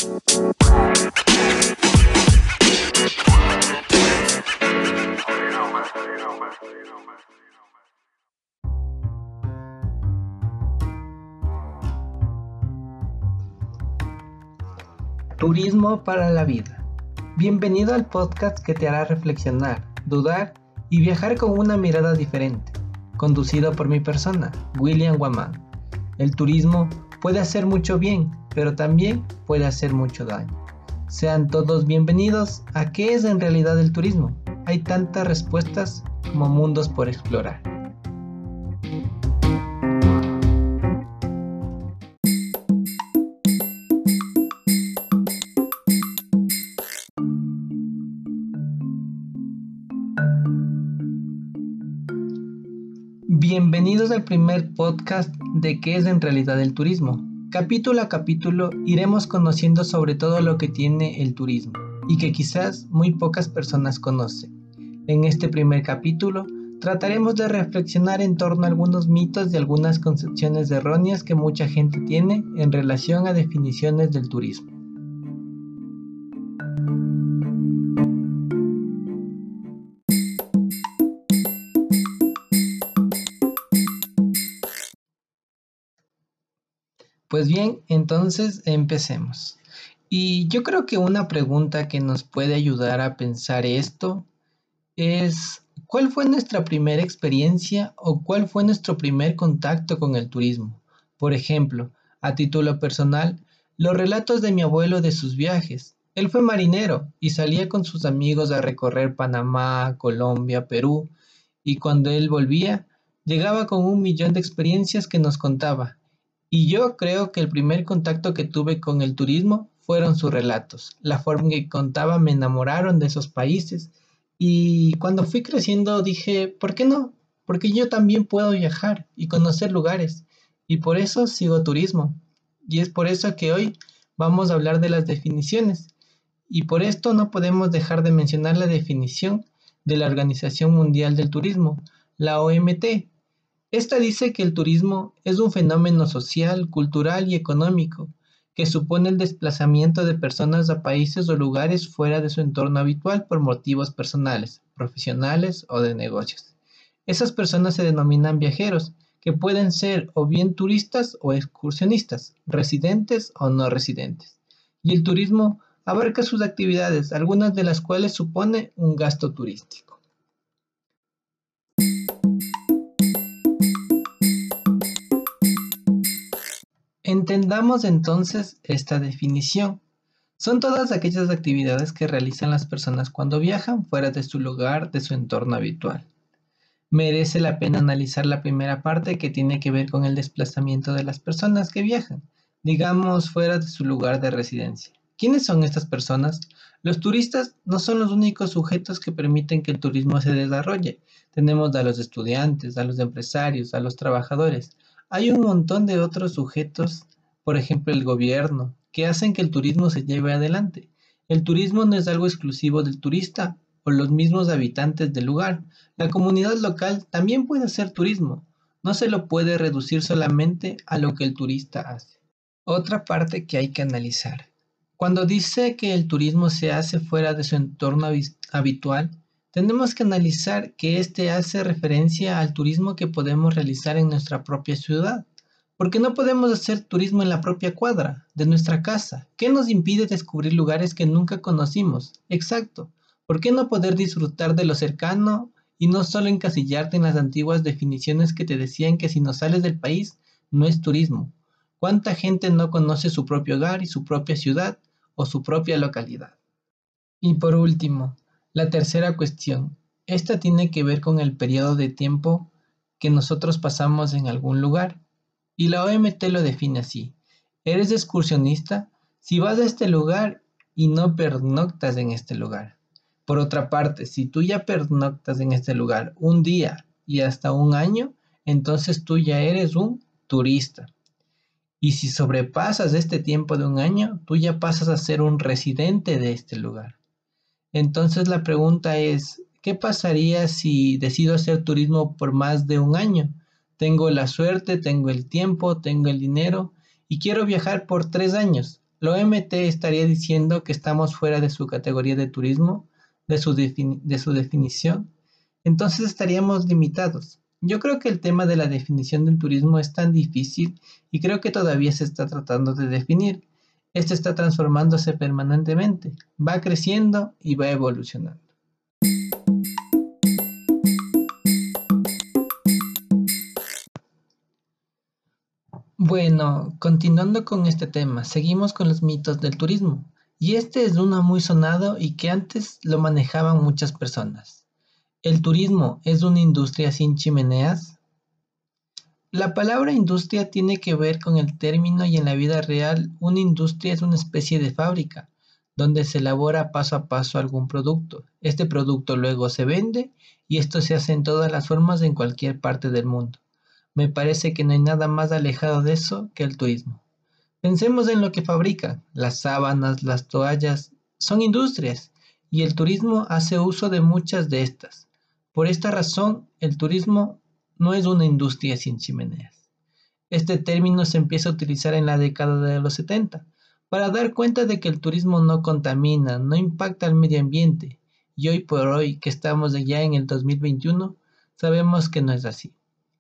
Turismo para la vida. Bienvenido al podcast que te hará reflexionar, dudar y viajar con una mirada diferente. Conducido por mi persona, William Guamán. El turismo puede hacer mucho bien, pero también puede hacer mucho daño. Sean todos bienvenidos a ¿qué es en realidad el turismo? Hay tantas respuestas como mundos por explorar. Bienvenidos al primer podcast de ¿qué es en realidad el turismo? Capítulo a capítulo iremos conociendo sobre todo lo que tiene el turismo y que quizás muy pocas personas conocen. En este primer capítulo trataremos de reflexionar en torno a algunos mitos y algunas concepciones erróneas que mucha gente tiene en relación a definiciones del turismo. Pues bien, entonces empecemos. Y yo creo que una pregunta que nos puede ayudar a pensar esto es, ¿cuál fue nuestra primera experiencia o cuál fue nuestro primer contacto con el turismo? Por ejemplo, a título personal, los relatos de mi abuelo de sus viajes. Él fue marinero y salía con sus amigos a recorrer Panamá, Colombia, Perú, y cuando él volvía, llegaba con 1 millón de experiencias que nos contaba. Y yo creo que el primer contacto que tuve con el turismo fueron sus relatos. La forma en que contaba me enamoraron de esos países y cuando fui creciendo dije, ¿por qué no? Porque yo también puedo viajar y conocer lugares. Y por eso sigo turismo. Y es por eso que hoy vamos a hablar de las definiciones. Y por esto no podemos dejar de mencionar la definición de la Organización Mundial del Turismo, la OMT. Esta dice que el turismo es un fenómeno social, cultural y económico que supone el desplazamiento de personas a países o lugares fuera de su entorno habitual por motivos personales, profesionales o de negocios. Esas personas se denominan viajeros, que pueden ser o bien turistas o excursionistas, residentes o no residentes. Y el turismo abarca sus actividades, algunas de las cuales supone un gasto turístico. Entendamos entonces esta definición. Son todas aquellas actividades que realizan las personas cuando viajan fuera de su lugar, de su entorno habitual. Merece la pena analizar la primera parte que tiene que ver con el desplazamiento de las personas que viajan, digamos fuera de su lugar de residencia. ¿Quiénes son estas personas? Los turistas no son los únicos sujetos que permiten que el turismo se desarrolle. Tenemos a los estudiantes, a los empresarios, a los trabajadores. Hay un montón de otros sujetos, por ejemplo el gobierno, que hacen que el turismo se lleve adelante. El turismo no es algo exclusivo del turista o los mismos habitantes del lugar. La comunidad local también puede hacer turismo. No se lo puede reducir solamente a lo que el turista hace. Otra parte que hay que analizar. Cuando dice que el turismo se hace fuera de su entorno habitual, tenemos que analizar que este hace referencia al turismo que podemos realizar en nuestra propia ciudad. Porque no podemos hacer turismo en la propia cuadra de nuestra casa. ¿Qué nos impide descubrir lugares que nunca conocimos? Exacto. ¿Por qué no poder disfrutar de lo cercano y no solo encasillarte en las antiguas definiciones que te decían que si no sales del país no es turismo? ¿Cuánta gente no conoce su propio hogar y su propia ciudad o su propia localidad? Y por último, la tercera cuestión. Esta tiene que ver con el periodo de tiempo que nosotros pasamos en algún lugar. Y la OMT lo define así. Eres excursionista si vas a este lugar y no pernoctas en este lugar. Por otra parte, si tú ya pernoctas en este lugar un día y hasta un año, entonces tú ya eres un turista. Y si sobrepasas este tiempo de un año, tú ya pasas a ser un residente de este lugar. Entonces la pregunta es, ¿qué pasaría si decido hacer turismo por más de un año? Tengo la suerte, tengo el tiempo, tengo el dinero y quiero viajar por 3 años. La OMT estaría diciendo que estamos fuera de su categoría de turismo, de su definición, entonces estaríamos limitados. Yo creo que el tema de la definición del turismo es tan difícil y creo que todavía se está tratando de definir. Este está transformándose permanentemente, va creciendo y va evolucionando. Bueno, continuando con este tema, seguimos con los mitos del turismo. Y este es uno muy sonado y que antes lo manejaban muchas personas. ¿El turismo es una industria sin chimeneas? La palabra industria tiene que ver con el término y en la vida real una industria es una especie de fábrica donde se elabora paso a paso algún producto. Este producto luego se vende y esto se hace en todas las formas en cualquier parte del mundo. Me parece que no hay nada más alejado de eso que el turismo. Pensemos en lo que fabrican. Las sábanas, las toallas, son industrias y el turismo hace uso de muchas de estas. Por esta razón, el turismo no es una industria sin chimeneas. Este término se empieza a utilizar en la década de los 70 para dar cuenta de que el turismo no contamina, no impacta al medio ambiente. Y hoy por hoy, que estamos ya en el 2021, sabemos que no es así.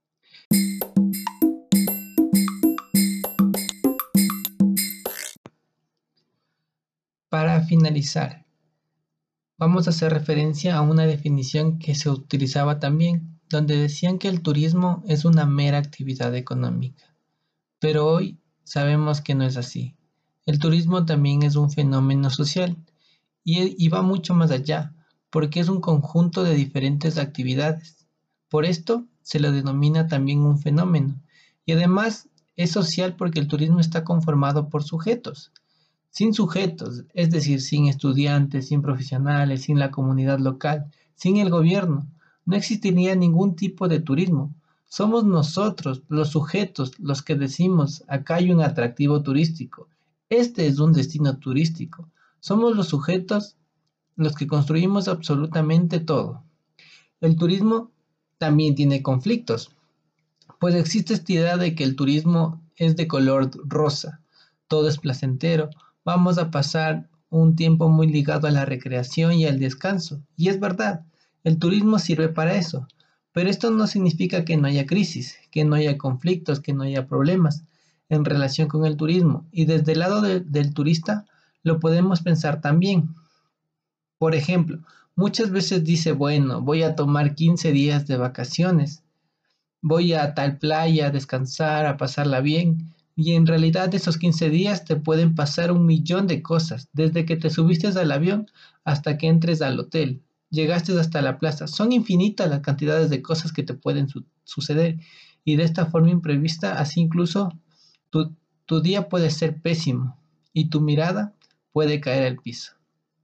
Para finalizar, vamos a hacer referencia a una definición que se utilizaba también, donde decían que el turismo es una mera actividad económica. Pero hoy sabemos que no es así. El turismo también es un fenómeno social y va mucho más allá, porque es un conjunto de diferentes actividades. Por esto se lo denomina también un fenómeno. Y además es social porque el turismo está conformado por sujetos. Sin sujetos, es decir, sin estudiantes, sin profesionales, sin la comunidad local, sin el gobierno, no existiría ningún tipo de turismo. Somos nosotros, los sujetos, los que decimos, acá hay un atractivo turístico. Este es un destino turístico. Somos los sujetos los que construimos absolutamente todo. El turismo también tiene conflictos, pues existe esta idea de que el turismo es de color rosa, todo es placentero, vamos a pasar un tiempo muy ligado a la recreación y al descanso. Y es verdad, el turismo sirve para eso, pero esto no significa que no haya crisis, que no haya conflictos, que no haya problemas en relación con el turismo. Y desde el lado del turista lo podemos pensar también. Por ejemplo, muchas veces dice, bueno, voy a tomar 15 días de vacaciones, voy a tal playa a descansar, a pasarla bien. Y en realidad esos 15 días te pueden pasar 1.000.000 de cosas, desde que te subiste al avión hasta que entres al hotel, llegaste hasta la plaza. Son infinitas las cantidades de cosas que te pueden suceder y de esta forma imprevista, así incluso tu día puede ser pésimo y tu mirada puede caer al piso.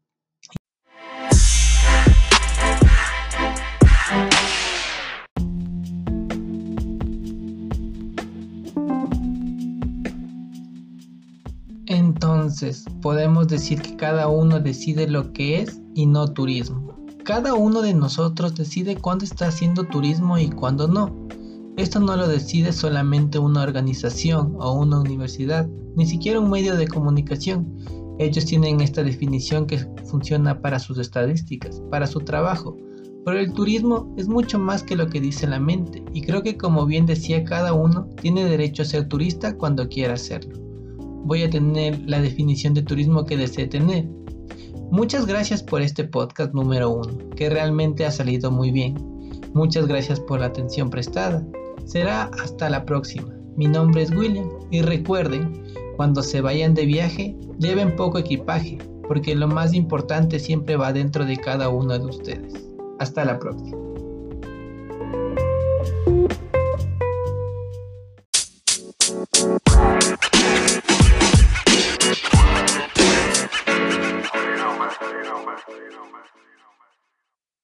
Entonces, podemos decir que cada uno decide lo que es y no turismo. Cada uno de nosotros decide cuándo está haciendo turismo y cuándo no. Esto no lo decide solamente una organización o una universidad, ni siquiera un medio de comunicación. Ellos tienen esta definición que funciona para sus estadísticas, para su trabajo. Pero el turismo es mucho más que lo que dice la mente, y creo que, como bien decía, cada uno tiene derecho a ser turista cuando quiera hacerlo. Voy a tener la definición de turismo que desee tener. Muchas gracias por este podcast número 1, que realmente ha salido muy bien. Muchas gracias por la atención prestada. Será hasta la próxima. Mi nombre es William y recuerden, cuando se vayan de viaje, lleven poco equipaje, porque lo más importante siempre va dentro de cada uno de ustedes. Hasta la próxima.